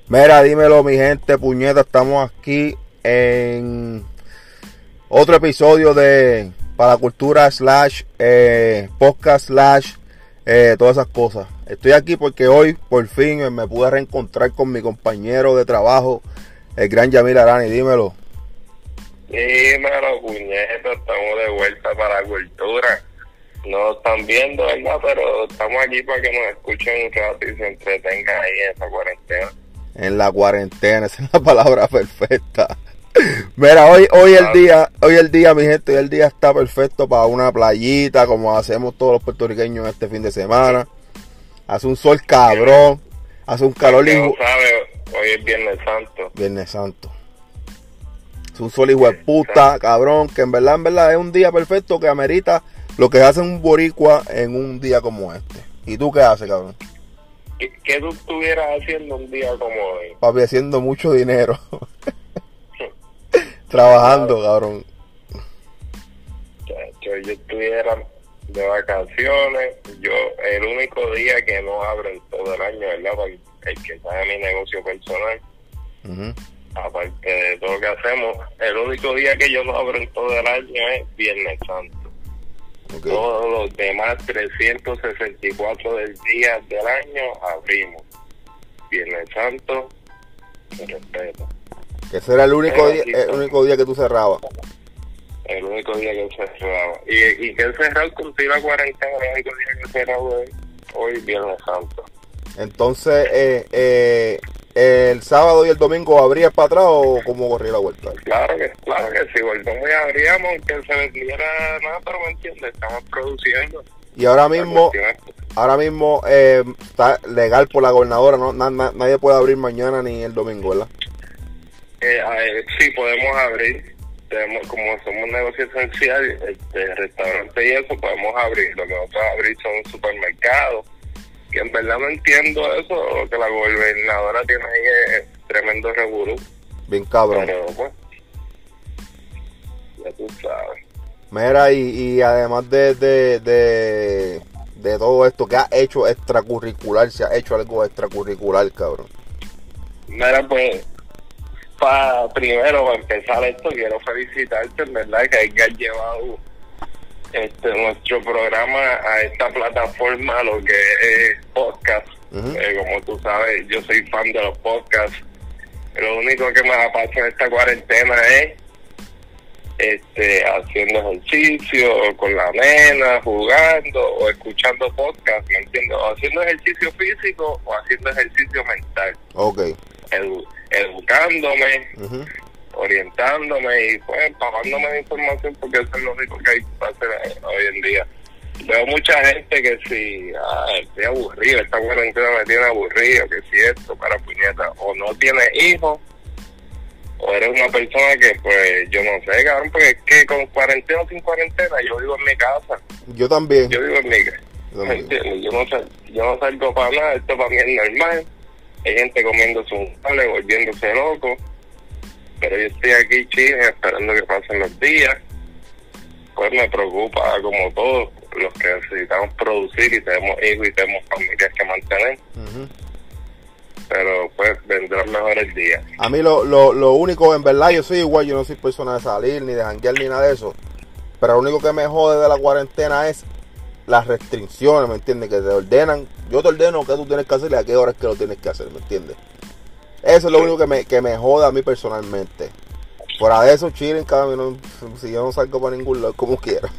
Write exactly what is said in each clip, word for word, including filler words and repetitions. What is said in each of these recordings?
Mira, dímelo mi gente, puñeta, estamos aquí en otro episodio de Para la Cultura slash eh, podcast slash eh, todas esas cosas. Estoy aquí porque hoy por fin me pude reencontrar con mi compañero de trabajo, el gran Yamil Arani. Dímelo. Dímelo, puñeta, estamos de vuelta para la cultura. No están viendo, ¿verdad? Pero estamos aquí para que nos escuchen un rato y se entretengan ahí en esa cuarentena. En la cuarentena, esa es la palabra perfecta. Mira, hoy hoy el día, hoy el día, mi gente, hoy el día está perfecto para una playita, como hacemos todos los puertorriqueños este fin de semana. Hace un sol cabrón, hace un calor hijo. hijo... sabe, hoy es Viernes Santo. Viernes Santo. Hace un sol hijo de puta, cabrón, que en verdad, en verdad es un día perfecto que amerita lo que hace un boricua en un día como este. ¿Y tú qué haces, cabrón? ¿Qué, qué tú estuvieras haciendo un día como hoy? Papi, haciendo mucho dinero. Trabajando, cabrón. Yo, yo estuviera de vacaciones. Yo, el único día que no abro en todo el año, ¿verdad? Porque el que sabe mi negocio personal, uh-huh. aparte de todo lo que hacemos, el único día que yo no abro en todo el año es Viernes Santo. Okay. Todos los demás trescientos sesenta y cuatro del día del año abrimos. Viernes Santo, se respeta. Que ese era el único día, el único día que tú cerrabas. El único día que cerraba. Y, y que he cerrado contigo la cuarentena, el único día que he cerrado hoy, hoy Viernes Santo. Entonces, eh, eh, el sábado y el domingo, ¿abrías para atrás o cómo corría la vuelta? Claro que, claro que sí, volvemos y abríamos, que se vendiera nada, pero me entiendes, estamos produciendo. Y ahora mismo, ahora mismo eh, está legal por la gobernadora, ¿no? Na, na, nadie puede abrir mañana ni el domingo, ¿verdad? Eh, eh, sí, podemos abrir, tenemos, como somos un negocio esencial, este, restaurante y eso, podemos abrir. Lo que nosotros abrir son supermercados, que en verdad no entiendo eso, lo que la gobernadora tiene ahí es tremendo revolú. Bien cabrón. Pero pues, ya tú sabes. Mira, y, y además de, de, de, de todo esto, ¿qué has hecho extracurricular? ¿Se ha hecho algo extracurricular, cabrón? Mira, pues, pa, primero, para empezar esto, quiero felicitarte, en verdad, que hayas llevado este nuestro programa a esta plataforma, lo que es podcast. Uh-huh. Eh, como tú sabes, yo soy fan de los podcasts. Lo único que me la paso en esta cuarentena es este haciendo ejercicio con la nena, jugando o escuchando podcast, ¿me entiendes? O haciendo ejercicio físico o haciendo ejercicio mental. Okay. Edu- educándome, uh-huh. orientándome y pues empapándome de información, porque eso es lo único que hay que hacer hoy en día. Veo mucha gente que si ah, estoy aburrido, esta cuarentena me tiene aburrido, que si esto para puñeta, o no tienes hijos, o eres una persona que pues yo no sé, cabrón, porque es que con cuarentena o sin cuarentena yo vivo en mi casa. Yo también. Yo vivo en mi casa. ¿Me entiendes? Yo no, sal, yo no salgo para nada, esto para mí es normal. Hay gente comiéndose un cable, volviéndose loco, pero yo estoy aquí chido esperando que pasen los días. Pues me preocupa, como todos los que necesitamos producir y tenemos hijos y tenemos familias que mantener. Uh-huh. Pero pues vendrán mejores días. A mí lo, lo, lo único, en verdad, yo soy igual, yo no soy persona de salir, ni de janguear, ni nada de eso. Pero lo único que me jode de la cuarentena es las restricciones, ¿me entiendes? Que te ordenan, yo te ordeno qué tú tienes que hacer y a qué horas que lo tienes que hacer, ¿me entiendes? Eso es lo sí. único que me, que me jode a mí personalmente. Fuera de eso, chillen, cada no, si yo no salgo para ningún lado, como quiera.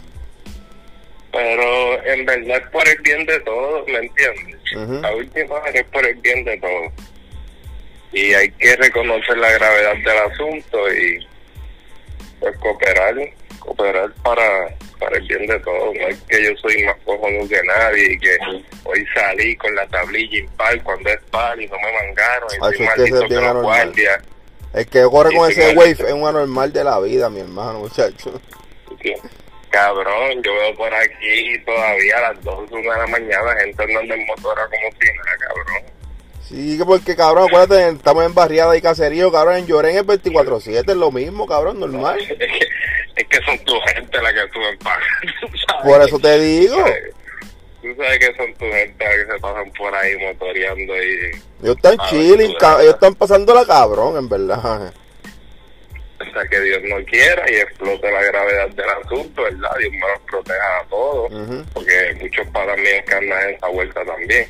Pero en verdad es por el bien de todos, ¿me entiendes? Uh-huh. La última vez es por el bien de todos. Y hay que reconocer la gravedad del asunto y pues cooperar, cooperar para, para el bien de todos. No es que yo soy más cojonudo que nadie y que hoy salí con la tablilla impar cuando es par y no me mangaron y Ay, soy maldito que los guardias. El que corre con ese wave es un anormal de la vida, mi hermano, muchacho. Sí. Cabrón, yo veo por aquí todavía a las dos, una de la mañana gente andando en motora como si nada, cabrón. Sí, porque cabrón, acuérdate, estamos en barriada y caserío, cabrón, en Llorén es veinticuatro siete, es lo mismo, cabrón, normal. Es que, es que son tu gente la que tú pagas. Por eso te digo. tú sabes que son tu gente que se pasan por ahí motoreando y... Ellos están chilling, ca- ellos están pasándola cabrón, en verdad. Hasta que Dios no quiera y explote la gravedad del asunto, ¿verdad? Dios me los proteja a todos, Uh-huh. porque muchos panas míos que andan en esa vuelta también.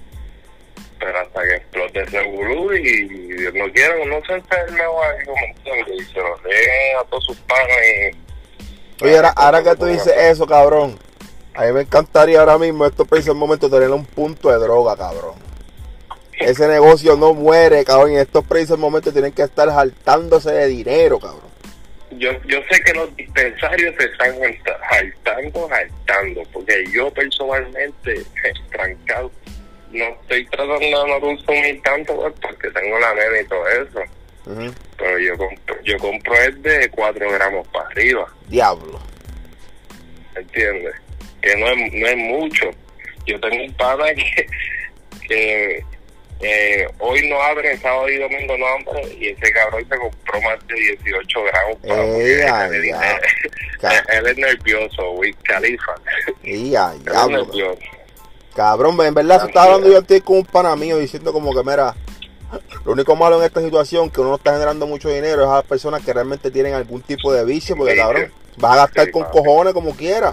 Pero hasta que explote ese bulú y Dios no quiera, uno se enferme o algo, ¿me entiendes? Y se lo den a todos sus panas y... Oye, ahora, ahora que tú dices eso, cabrón, a mí me encantaría ahora mismo, en estos precisos momentos, tener un punto de droga, cabrón. Ese negocio no muere, cabrón, y en estos precisos momentos tienen que estar jaltándose de dinero, cabrón. Yo, yo sé que los dispensarios se están jalta- jaltando, jaltando, porque yo personalmente, trancado, no estoy tratando de no consumir tanto, pues, porque tengo la nena y todo eso. Uh-huh. Pero yo compro, yo compro es de cuatro gramos para arriba, Diablo. ¿entiendes? Que no es, no es mucho. Yo tengo un pana que, que eh, hoy no abre, sábado y domingo no abre, y ese cabrón se compró más de dieciocho gramos para Eh, porque ay, él, ya. él- él es nervioso, Wiz Khalifa. Y ya, Él es diablo. nervioso. Cabrón, en verdad, se estaba hablando yo antes con un pana mío diciendo como que, mira, lo único malo en esta situación que uno no está generando mucho dinero es a las personas que realmente tienen algún tipo de vicio, porque Vicio. cabrón, vas a gastar Sí, con papi. cojones como quieras.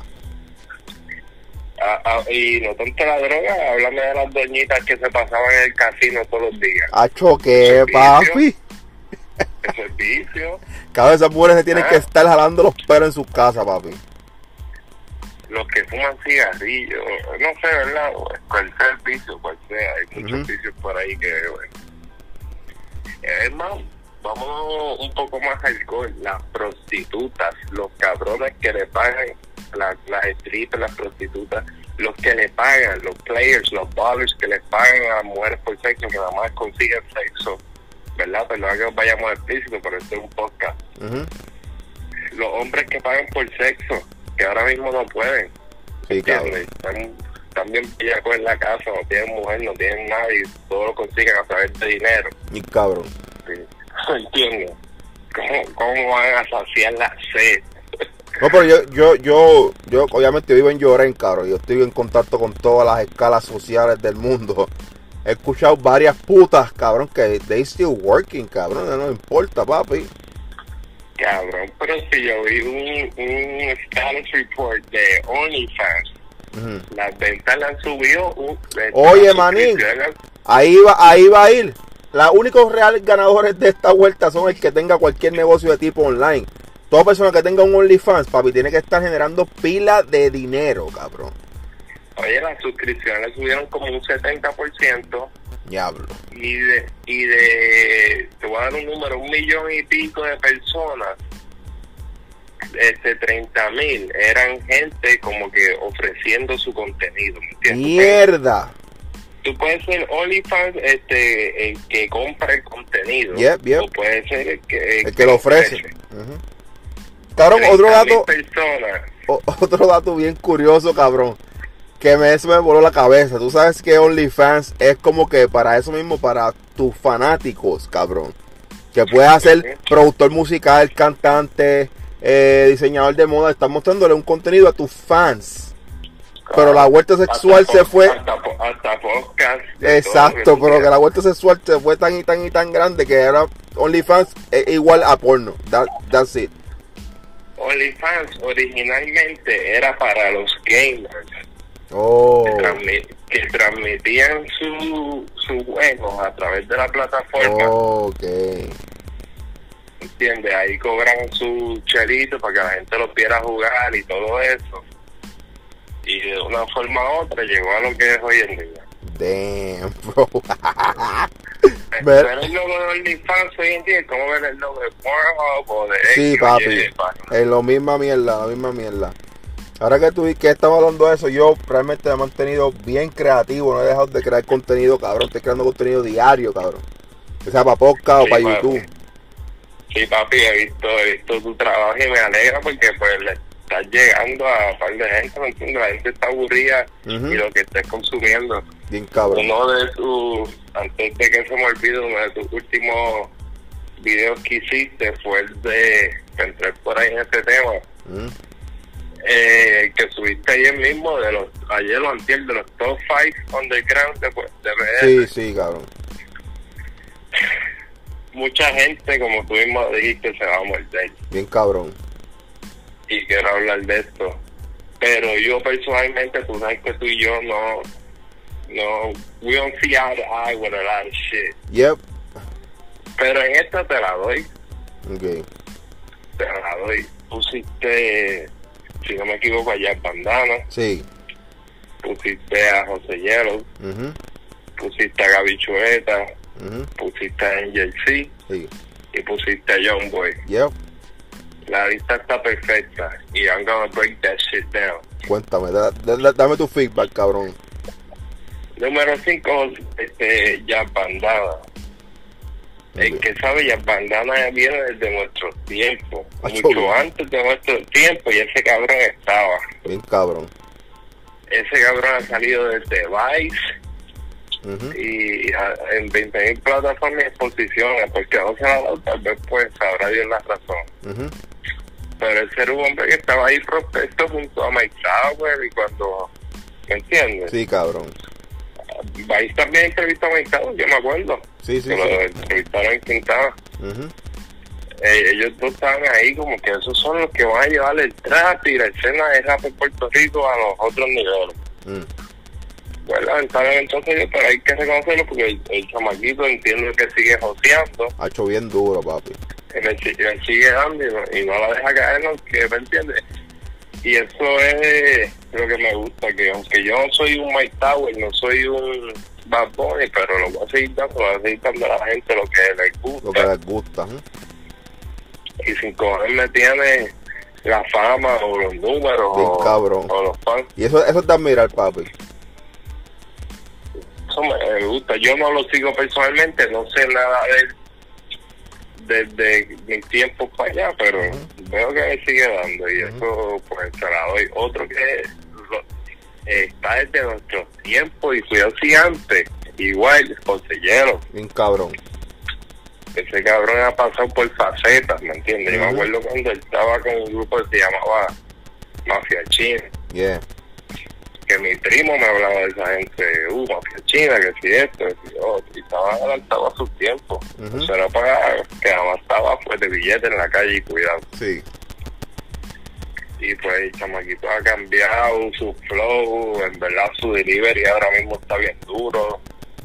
Ah, ah, y no tanto la droga, háblame de las doñitas que se pasaban en el casino todos los días. Hacho, ¿qué, Vicio. papi? Eso es vicio. Cada vez esas mujeres se tienen Ah. que estar jalando los pelos en sus casas, papi. Los que fuman cigarrillos, no sé, ¿verdad? Cual sea el vicio, cual sea, hay muchos Ujú. vicios por ahí que, bueno. Es más, vamos un poco más alcohol, las prostitutas, los cabrones que le pagan, la- las strippers, las prostitutas, los que le pagan, los players, los ballers que le pagan a las mujeres por sexo, que nada más consiguen sexo, ¿verdad? Perdón que nos vayamos explícitos, pero esto es un podcast. Ujú. Los hombres que pagan por sexo, que ahora mismo no pueden. Sí, cabrón. ¿Entiendes? Están, están bien pillacos en la casa, no tienen mujer, no tienen nadie, todo lo consiguen a través de dinero. Y cabrón. Sí. ¿Entiendes? ¿Cómo, ¿Cómo van a saciar la sed? No, pero yo, yo, yo, yo obviamente vivo en Llorén, cabrón. Yo estoy en contacto con todas las escalas sociales del mundo. He escuchado varias putas, cabrón, que they still working, cabrón. No importa, papi. Cabrón, pero si yo vi un, un status report de OnlyFans, Ujú. las ventas las han subido. Un, Oye, las manín. suscripciones- Ahí va, ahí va a ir. Los únicos reales ganadores de esta vuelta son el que tenga cualquier negocio de tipo online. Toda persona que tenga un OnlyFans, papi, tiene que estar generando pila de dinero, cabrón. Oye, las suscripciones subieron como un setenta por ciento. Diablo. Y de, y de, te voy a dar un número, un millón y pico de personas, este treinta mil eran gente como que ofreciendo su contenido, ¿me entiendes? Mierda. Tú puedes ser OnlyFans, este, el que compra el contenido, Yep, yep. o puede ser el que, El que lo ofrece. Ujú. Cabrón, otro treinta mil dato, personas. o- otro dato bien curioso, cabrón. Que me, eso me voló la cabeza. Tú sabes que OnlyFans es como que para eso mismo, para tus fanáticos, cabrón. Que puedes ser productor musical, cantante, eh, diseñador de moda. Estás mostrándole un contenido a tus fans. Pero la vuelta sexual Hasta se po- fue. Hasta, po- hasta podcast. de Exacto, todo lo pero que quieras. la vuelta sexual se fue tan y tan y tan grande que ahora OnlyFans es igual a porno. That, that's it. OnlyFans originalmente era para los gamers Oh. que, transmi- que transmitían su, su juego a través de la plataforma, Ok. ¿entiendes? Ahí cobran su chelito para que la gente lo pudiera jugar y todo eso. Y de una forma u otra llegó a lo que es hoy en día. Damn, bro. Ver el logo de OnlyFans hoy en día es como ver el logo de Pornhub o de Sí, X o papi. Y página. Es lo misma mierda, la misma mierda. Ahora que tú que estamos hablando de eso, yo realmente me he mantenido bien creativo. No he dejado de crear contenido, cabrón. Estoy creando contenido diario, cabrón. O sea, para podcast o Sí, para papi. YouTube. Sí, papi, he visto, he visto tu trabajo y me alegra porque pues le estás llegando a un par de gente, ¿me entiendes? La gente está aburrida Ujú. y lo que estés consumiendo. Bien cabrón. Uno de tus, antes de que se me olvide, uno de tus últimos videos que hiciste fue el de, que entré por ahí en este tema, Mm. eh, que subiste ayer mismo de los ayer o antier de los top cinco underground de, de P R. Sí, sí, cabrón. Mucha gente, como tú mismo dijiste, se va a morder. Bien cabrón. Y quiero hablar de esto. Pero yo personalmente, tú sabes que tú y yo no... No, we don't see eye to eye with a lot of shit. Yep. Pero en esta te la doy. Okay. Te la doy. Pusiste, si no me equivoco, a Jack Bandana. Sí. Pusiste a José Hielo. Uh-huh. Pusiste a Gaby Chuleta. Uh-huh. Pusiste a Angel C. Sí. Y pusiste a Young Boy. Yep. La lista está perfecta. Y I'm gonna break that shit down. Cuéntame, da, da, dame tu feedback, cabrón. Número cinco, este, Jack Bandana. Okay. El que sabe, Jack Bandana viene desde nuestro tiempo. Acho, mucho bien. antes de nuestro tiempo, y ese cabrón estaba. Bien cabrón. Ese cabrón ha salido desde Vice. Uh-huh. Y a, en veinte mil plataformas y exposiciones, porque no se la ha dado, tal vez pues sabrá Dios la razón. Uh-huh. Pero ese era un hombre que estaba ahí prospecto junto a Mike Tower, y cuando, ¿me entiendes? Sí, cabrón. Vice también entrevistó a Mike Tower, yo me acuerdo. Sí, sí, que sí. lo entrevistaron en Quintana. Uh-huh. Eh, ellos dos estaban ahí como que esos son los que van a llevar el trap y la escena de rap en Puerto Rico a los otros niveles. Mm. Pues lamentablemente entonces, pero hay que reconocerlo porque el, el chamaquito entiendo que sigue joseando, Ha hecho bien duro, papi. le, le sigue dando y no, y no la deja caer, ¿no? Que me entiendes. Y eso es lo que me gusta, que aunque yo no soy un Mike Tower, no soy un Bad Bunny, pero lo voy a seguir dando, lo voy a seguir dando a la gente lo que les gusta. Lo que les gusta. ¿eh? Y sin coger me tiene la fama o los números Bien o, cabrón. o los fans. Y eso, eso es de admirar, papi. Eso me, me gusta. Yo no lo sigo personalmente, no sé nada de él desde mis tiempos para allá, pero uh-huh. veo que me sigue dando y uh-huh. eso pues se la doy. Otro que lo, está desde nuestros tiempos y fui así antes, igual, José Hielo. Bien cabrón. Ese cabrón ha pasado por facetas, ¿me entiendes? Uh-huh. Yo me acuerdo cuando él estaba con un grupo que se llamaba Mafia China. Yeah. Que mi primo me hablaba de esa gente, uh, Mafia China, que si esto, que si otro, y estaba adelantado a sus tiempos. Uh-huh. Eso era para que además estaba pues de billete en la calle y cuidado. Sí. Y pues el chamaquito ha cambiado su flow, en verdad su delivery ahora mismo está bien duro.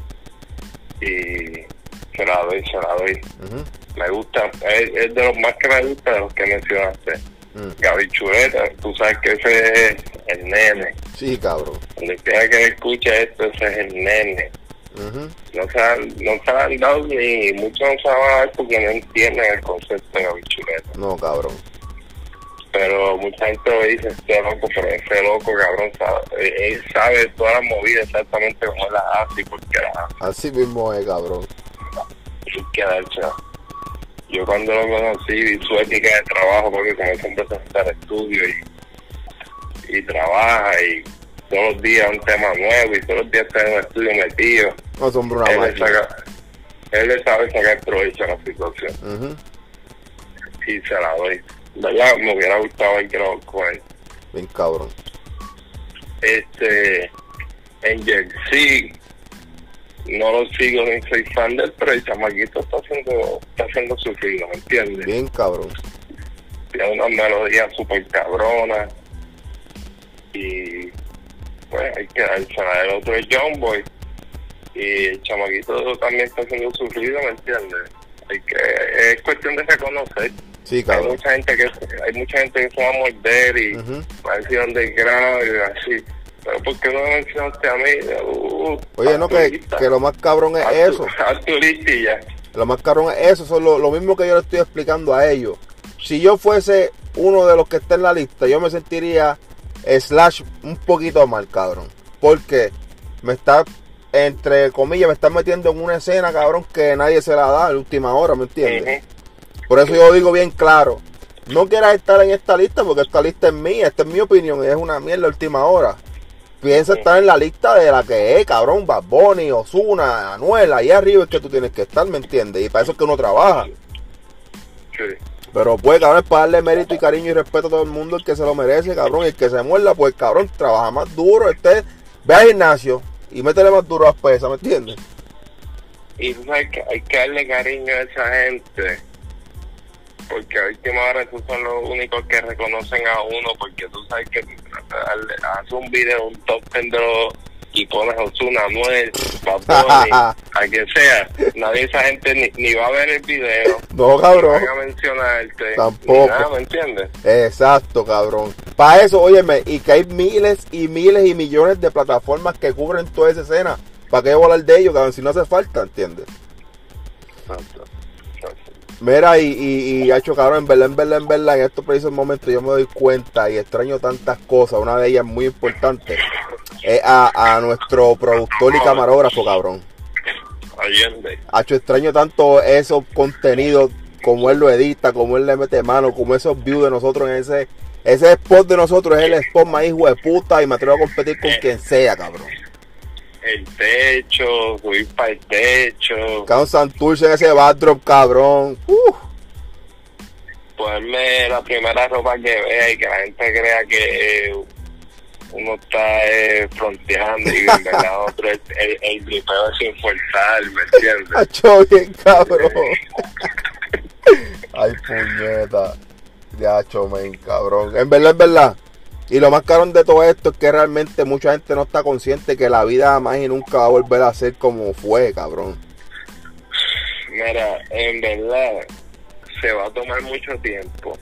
Y se la doy, se la doy. Uh-huh. Me gusta, es, es de los más que me gusta de los que mencionaste. Mm. Gaby Chuleta, tú sabes que ese es el nene. Sí, cabrón. Donde quiera que escuche esto, ese es el nene. Uh-huh. No se han, no se han dado ni muchos no se van a dar porque no entienden el concepto de Gaby Chuleta. No, cabrón. Pero mucha gente lo dice, este loco, pero ese loco, cabrón, sabe, él sabe todas las movidas exactamente como él las hace y por qué las hace. Así mismo es, cabrón. Hay que darse. Yo cuando lo conocí vi su ética de trabajo porque como siempre se está al estudio y, y trabaja y todos los días un tema nuevo y todos los días está en el estudio metido. No, son una él, le máquina. saca, él le sabe sacar provecho a la situación. Uh-huh. Y se la doy. ¿Verdad? Me hubiera gustado ver que lo con él. Bien cabrón. Este, Angel C, no lo sigo ni soy fan de él, pero el chamaquito está haciendo, está haciendo sufrido, ¿me entiendes? Bien cabrón. Tiene una melodía súper cabrona y pues hay que darse. El otro es Young Boy y el chamaquito también está haciendo sufrido, ¿me entiendes? Hay que, es cuestión de reconocer. Sí, cabrón. Hay mucha gente que hay mucha gente que se va a morder y uh-huh. va a decir underground y así. Pero ¿por qué no me mencionaste a mí? Uh, Oye, no, que, que lo más cabrón es a eso. Tu, a tu listilla. Lo más cabrón es eso. Eso es lo, lo mismo que yo le estoy explicando a ellos. Si yo fuese uno de los que está en la lista, yo me sentiría slash un poquito mal, cabrón. Porque me está, entre comillas, me están metiendo en una escena, cabrón, que nadie se la da a la última hora, ¿me entiendes? Uh-huh. Por eso yo digo bien claro. No quieras estar en esta lista porque esta lista es mía, esta es mi opinión y es una mierda a última hora. Piensa estar en la lista de la que es, cabrón, Bad Bunny, Ozuna, Anuel, ahí arriba es que tú tienes que estar, ¿me entiendes? Y para eso es que uno trabaja. Sí. Pero pues, cabrón, es para darle mérito y cariño y respeto a todo el mundo, el que se lo merece, cabrón. Y el que se muerda, pues, cabrón, trabaja más duro. Este, ve al gimnasio y métele más duro a las pesas, ¿me entiendes? Y tú sabes que hay que darle cariño a esa gente, porque a última hora esos son los únicos que reconocen a uno, porque tú sabes que hace un video, un top ten de los, y pones a Ozuna, Anuel, Bad Bunny, a quien sea, nadie, esa gente ni, ni va a ver el video. No, cabrón. Ni van a mencionarte. Tampoco. Nada, ¿me entiendes? Exacto, cabrón. Para eso, óyeme, y que hay miles y miles y millones de plataformas que cubren toda esa escena. ¿Para qué volar de ellos, cabrón? Si no hace falta, ¿entiendes? Exacto. Exacto. Mira, y, y, y hacho, cabrón, en verdad, en verdad, en verdad, en estos precisos momentos yo me doy cuenta y extraño tantas cosas. Una de ellas muy importante es a, a nuestro productor y camarógrafo, cabrón. Allende. Hacho, extraño tanto esos contenidos, como él lo edita, como él le mete mano, como esos views de nosotros en ese... Ese spot de nosotros es el spot más hijo de puta y me atrevo a competir con quien sea, cabrón. El techo, subir para el techo. Cabrón, Santurce en ese backdrop, cabrón. Uf. Ponerme la primera ropa que vea y que la gente crea que eh, uno está eh, fronteando y en verdad otro el, el, el gripeo es sin forzar, ¿me entiendes? Hacho, bien, cabrón. Ay, puñeta. Ya, hacho, men, cabrón. En verdad, en verdad. Y lo más caro de todo esto es que realmente mucha gente no está consciente que la vida jamás y nunca va a volver a ser como fue, cabrón. Mira, en verdad, se va a tomar mucho tiempo.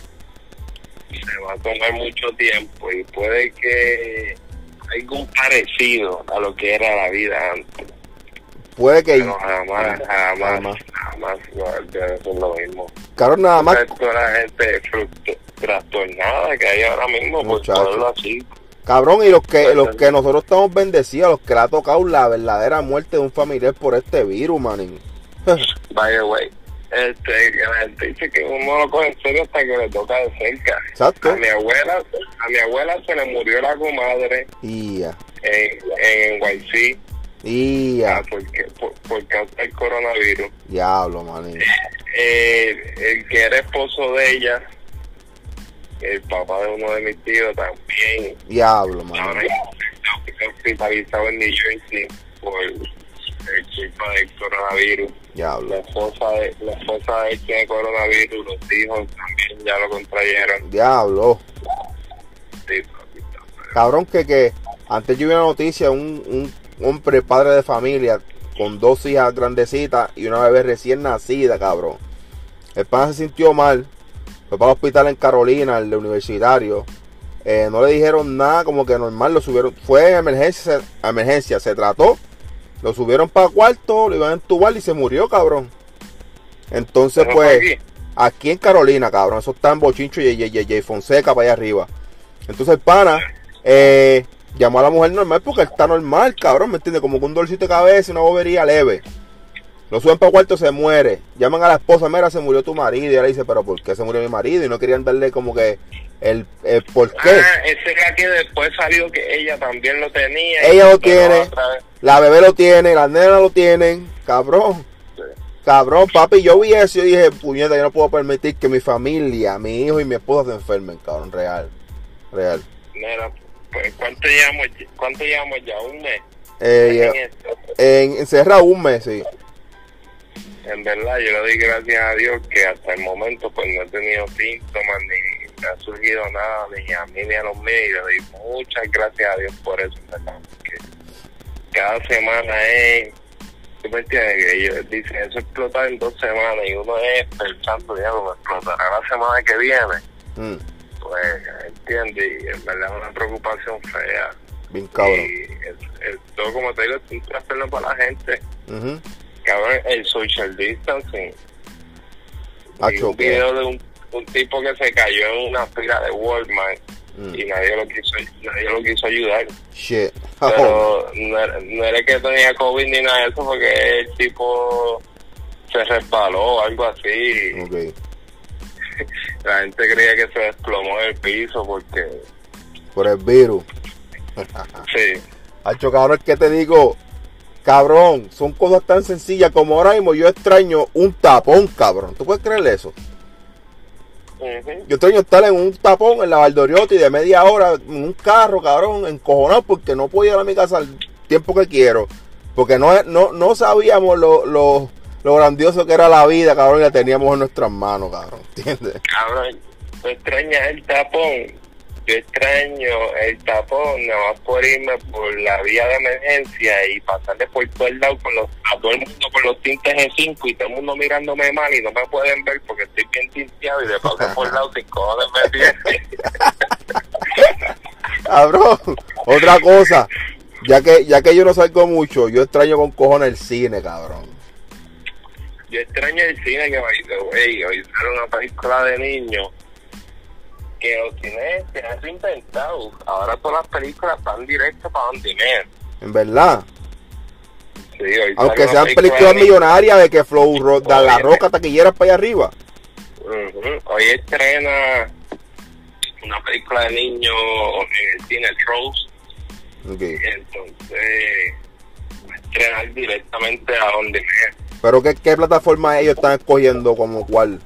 Se va a tomar mucho tiempo y puede que algo parecido a lo que era la vida antes. Puede que... Pero jamás, jamás, jamás, jamás va a ser lo mismo. Cabrón, nada más... Toda la gente frustrada, trastornada que hay ahora mismo, por ponerlo así. Cabrón, y los que los que nosotros estamos bendecidos, los que le ha tocado la verdadera muerte de un familiar por este virus, manín. By the way, este, que la gente dice que uno lo coge en serio hasta que le toca de cerca. Exacto. A mi abuela, a mi abuela se le murió la comadre yeah. en, en Guaycí. Yeah. Ah, porque, por, por causa del coronavirus. Diablo, manín. Eh, el que era esposo de ella, el papá de uno de mis tíos también. Diablo, manín. Ahora está hospitalizado en New Jersey por el culpa del coronavirus. Diablo. La esposa de, la esposa de él tiene coronavirus, los hijos también ya lo contrayeron. Diablo. Sí, cabrón, que que antes yo vi una noticia, un, un hombre padre de familia con dos hijas grandecitas y una bebé recién nacida, cabrón. El pana se sintió mal, fue para el hospital en Carolina, el de universitario. Eh, no le dijeron nada, como que normal, lo subieron, fue a emergencia, a emergencia, se trató, lo subieron para cuarto, lo iban a entubar y se murió, cabrón. Entonces, pues, aquí? aquí en Carolina, cabrón, eso está en Bochincho y J Fonseca para allá arriba. Entonces el pana eh, llamó a la mujer normal porque él está normal, cabrón, ¿me entiendes? Como con un dolorcito de cabeza y una bobería leve. Lo suben para cuarto, se muere. Llaman a la esposa, mira, se murió tu marido. Y ella le dice, pero ¿por qué se murió mi marido? Y no querían darle como que el, el por qué. Ah, ese era que después salió que ella también lo tenía. Ella lo tiene, la bebé lo tiene, las nenas lo tienen, cabrón. Sí. Cabrón, papi, yo vi eso y yo dije, puñeta, yo no puedo permitir que mi familia, mi hijo y mi esposa se enfermen, cabrón, real. Real. Mira, pues, ¿cuánto llevamos, cuánto llevamos ya? ¿Un mes? Eh, en encerrado un mes, sí. En verdad, yo le doy gracias a Dios que hasta el momento pues no he tenido síntomas, ni me ha surgido nada, ni a mí ni a los míos, y le doy muchas gracias a Dios por eso, ¿verdad? Porque cada semana es, ¿tú me entiendes? Que ellos dicen, eso explota en dos semanas, y uno es pensando, ya me explotará la semana que viene. Mm. Pues, ¿entiendes? Y en verdad es una preocupación fea. Bien cabrón. Y esto, como te digo, es un trastorno para la gente. Uh-huh. Cabrón, el social distancing. Ah, y un video de un, un tipo que se cayó en una fila de Walmart mm. y nadie lo quiso nadie lo quiso ayudar. Shit. Pero no era, no era que tenía COVID ni nada de eso, porque el tipo se resbaló o algo así. Okay. La gente creía que se desplomó en el piso porque... por el virus. Sí. Hacho, cabrón, ¿qué te digo? Cabrón, son cosas tan sencillas como ahora mismo yo extraño un tapón, cabrón. ¿Tú puedes creer eso? Uh-huh. Yo extraño estar en un tapón en la Valdoriotti de media hora, en un carro, cabrón, encojonado porque no puedo ir a mi casa al tiempo que quiero. Porque no, no, no sabíamos lo, lo, lo grandioso que era la vida, cabrón, y la teníamos en nuestras manos, cabrón, ¿entiendes? Cabrón, tú extrañas el tapón. Yo extraño el tapón, nada más por irme por la vía de emergencia y pasarle por todo el lado con los, a todo el mundo con los tintes G cinco y todo el mundo mirándome mal y no me pueden ver porque estoy bien tinteado y de paso por el lado sin cojones me viene. Cabrón, otra cosa, ya que ya que yo no salgo mucho, yo extraño con cojones el cine, cabrón. Yo extraño el cine que me güey, hoy hicieron una película de niños. Que los cines se han reinventado. Ahora todas las películas van directo para on demand. En verdad. Sí, hoy aunque sean películas película millonarias de que Flow ro da la roca taquilleras para allá arriba. Uh-huh. Hoy estrena una película de niños en el cine Trolls. Okay. Entonces va a estrenar directamente a on demand. Pero qué, qué plataforma ellos están escogiendo, como cuál?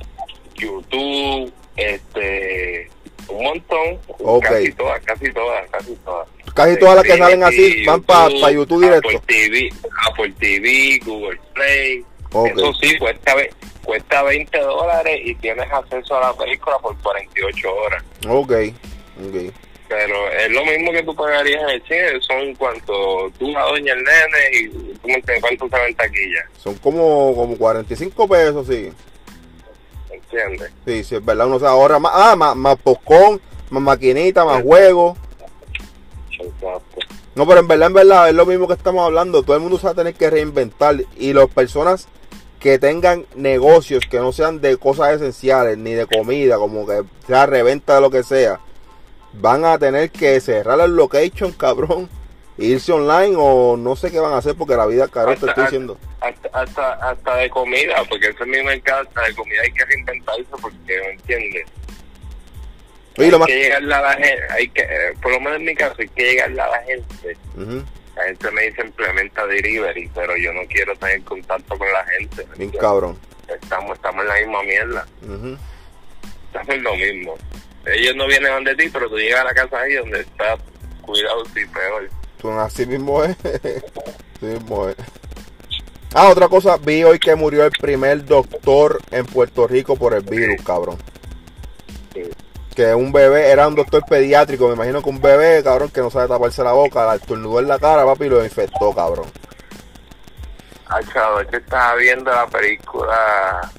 YouTube. Este, un montón, okay. casi todas, casi todas, casi todas. Casi todas las que salen así van para pa YouTube directo. Apple T V, Apple T V, Google Play. Okay. Eso sí, cuesta, cuesta veinte dólares y tienes acceso a la película por cuarenta y ocho horas. Ok, ok. Pero es lo mismo que tú pagarías en el cine, son cuanto tú a doña el nene y tú me entiendes cuánto se en taquilla. Son como, como cuarenta y cinco pesos, sí. ¿Entiendes? Sí, sí, es verdad, uno se ahorra más, ah, más, más popcorn, más maquinita, más juegos. Exacto. No, pero en verdad, en verdad, es lo mismo que estamos hablando, todo el mundo se va a tener que reinventar y las personas que tengan negocios que no sean de cosas esenciales, ni de comida, como que sea reventa de lo que sea, van a tener que cerrar el location, cabrón, e irse online o no sé qué van a hacer porque la vida, cabrón, te estoy diciendo. Hasta, hasta, hasta de comida, porque ese es mi mercado, hasta de comida hay que reinventarse porque no entiendes. Oye, hay lo más... que llegarle a la gente, hay que, eh, por lo menos en mi caso, hay que llegarle a la gente. Uh-huh. La gente me dice implementa delivery, pero yo no quiero tener contacto con la gente. Bien cabrón. Estamos, estamos en la misma mierda. Uh-huh. Estamos en lo mismo. Ellos no vienen donde ti, pero tú llegas a la casa ahí donde está cuidado y peor. Tú así mismo es. Así mismo es. Ah, otra cosa, vi hoy que murió el primer doctor en Puerto Rico por el virus, cabrón. Sí. Que un bebé, era un doctor pediátrico, me imagino que un bebé, cabrón, que no sabe taparse la boca, la estornudó en la cara, papi, y lo infectó, cabrón. Ah, chavo, es que estaba viendo la película,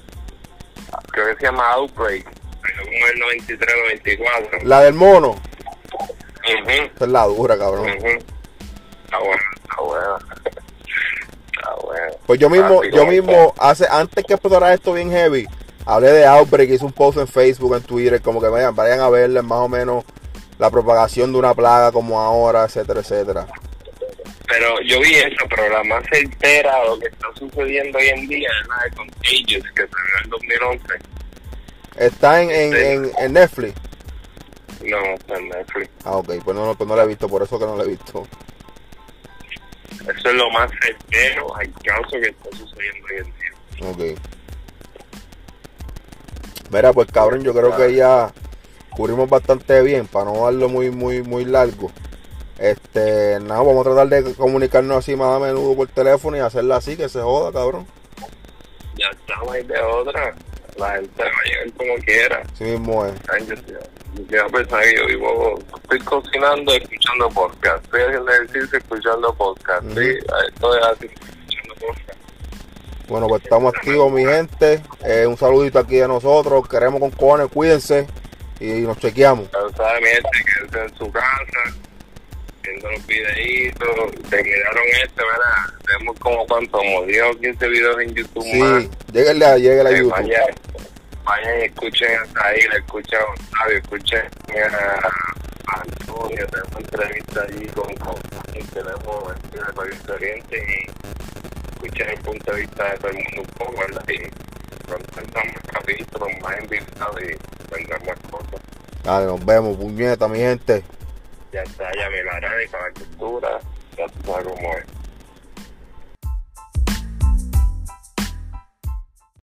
creo que se llama Outbreak, como el noventa y tres noventa y cuatro. La del mono. Uh-huh. Esa es la dura, cabrón. Uh-huh. Está bueno, está bueno. Está bueno. Pues yo mismo, ah, yo mismo, hace antes que explotara esto bien heavy, hablé de Outbreak, hice un post en Facebook, en Twitter, como que vayan, vayan a verle más o menos la propagación de una plaga como ahora, etcétera, etcétera. Pero yo vi eso, pero la más certera de lo que está sucediendo hoy en día es la de Contagious, que salió en el dos mil once. ¿Está en, en, sí. en, en Netflix? No, está en Netflix. Ah, ok, pues no, pues no la he visto, por eso que no la he visto. Eso es lo más certero al caso que está sucediendo hoy en día. Ok. Mira, pues cabrón, yo creo que ya cubrimos bastante bien, para no darlo muy, muy, muy largo. Este, nada, vamos a tratar de comunicarnos así más a menudo por teléfono y hacerla así, que se joda, cabrón. Ya estamos ahí de otra. La gente va a llegar como quiera. Sí mismo es. Ay, yo, yo, yo quiero pensar que yo vivo, estoy cocinando escuchando podcast, estoy haciendo ejercicio escuchando podcast, uh-huh. Sí, estoy así escuchando podcast. Bueno, pues estamos activos, mi gente. Eh, un saludito aquí de nosotros. Queremos con cojones, cuídense y nos chequeamos. Pero sabe, mi gente, quédense en su casa, viendo los videitos. Terminaron este, ¿verdad? Tenemos como cuánto, como diez o quince videos en YouTube sí, más. Sí, lléguenle a, lléguenle a eh, YouTube. Vaya, vayan y escuchen hasta ahí, le escuchen a Octavio, escuchen a, a Antonio, tenemos entrevista allí con, con, con tenemos el País Oriente y escuchen el punto de vista de todo el mundo un poco, ¿verdad? Y pronto tendremos capítulos más invitados y tendremos más cosas. Dale, nos vemos, puñeta, mi gente. Ya está, ya me la harán y con la cultura, ya tú sabes cómo es.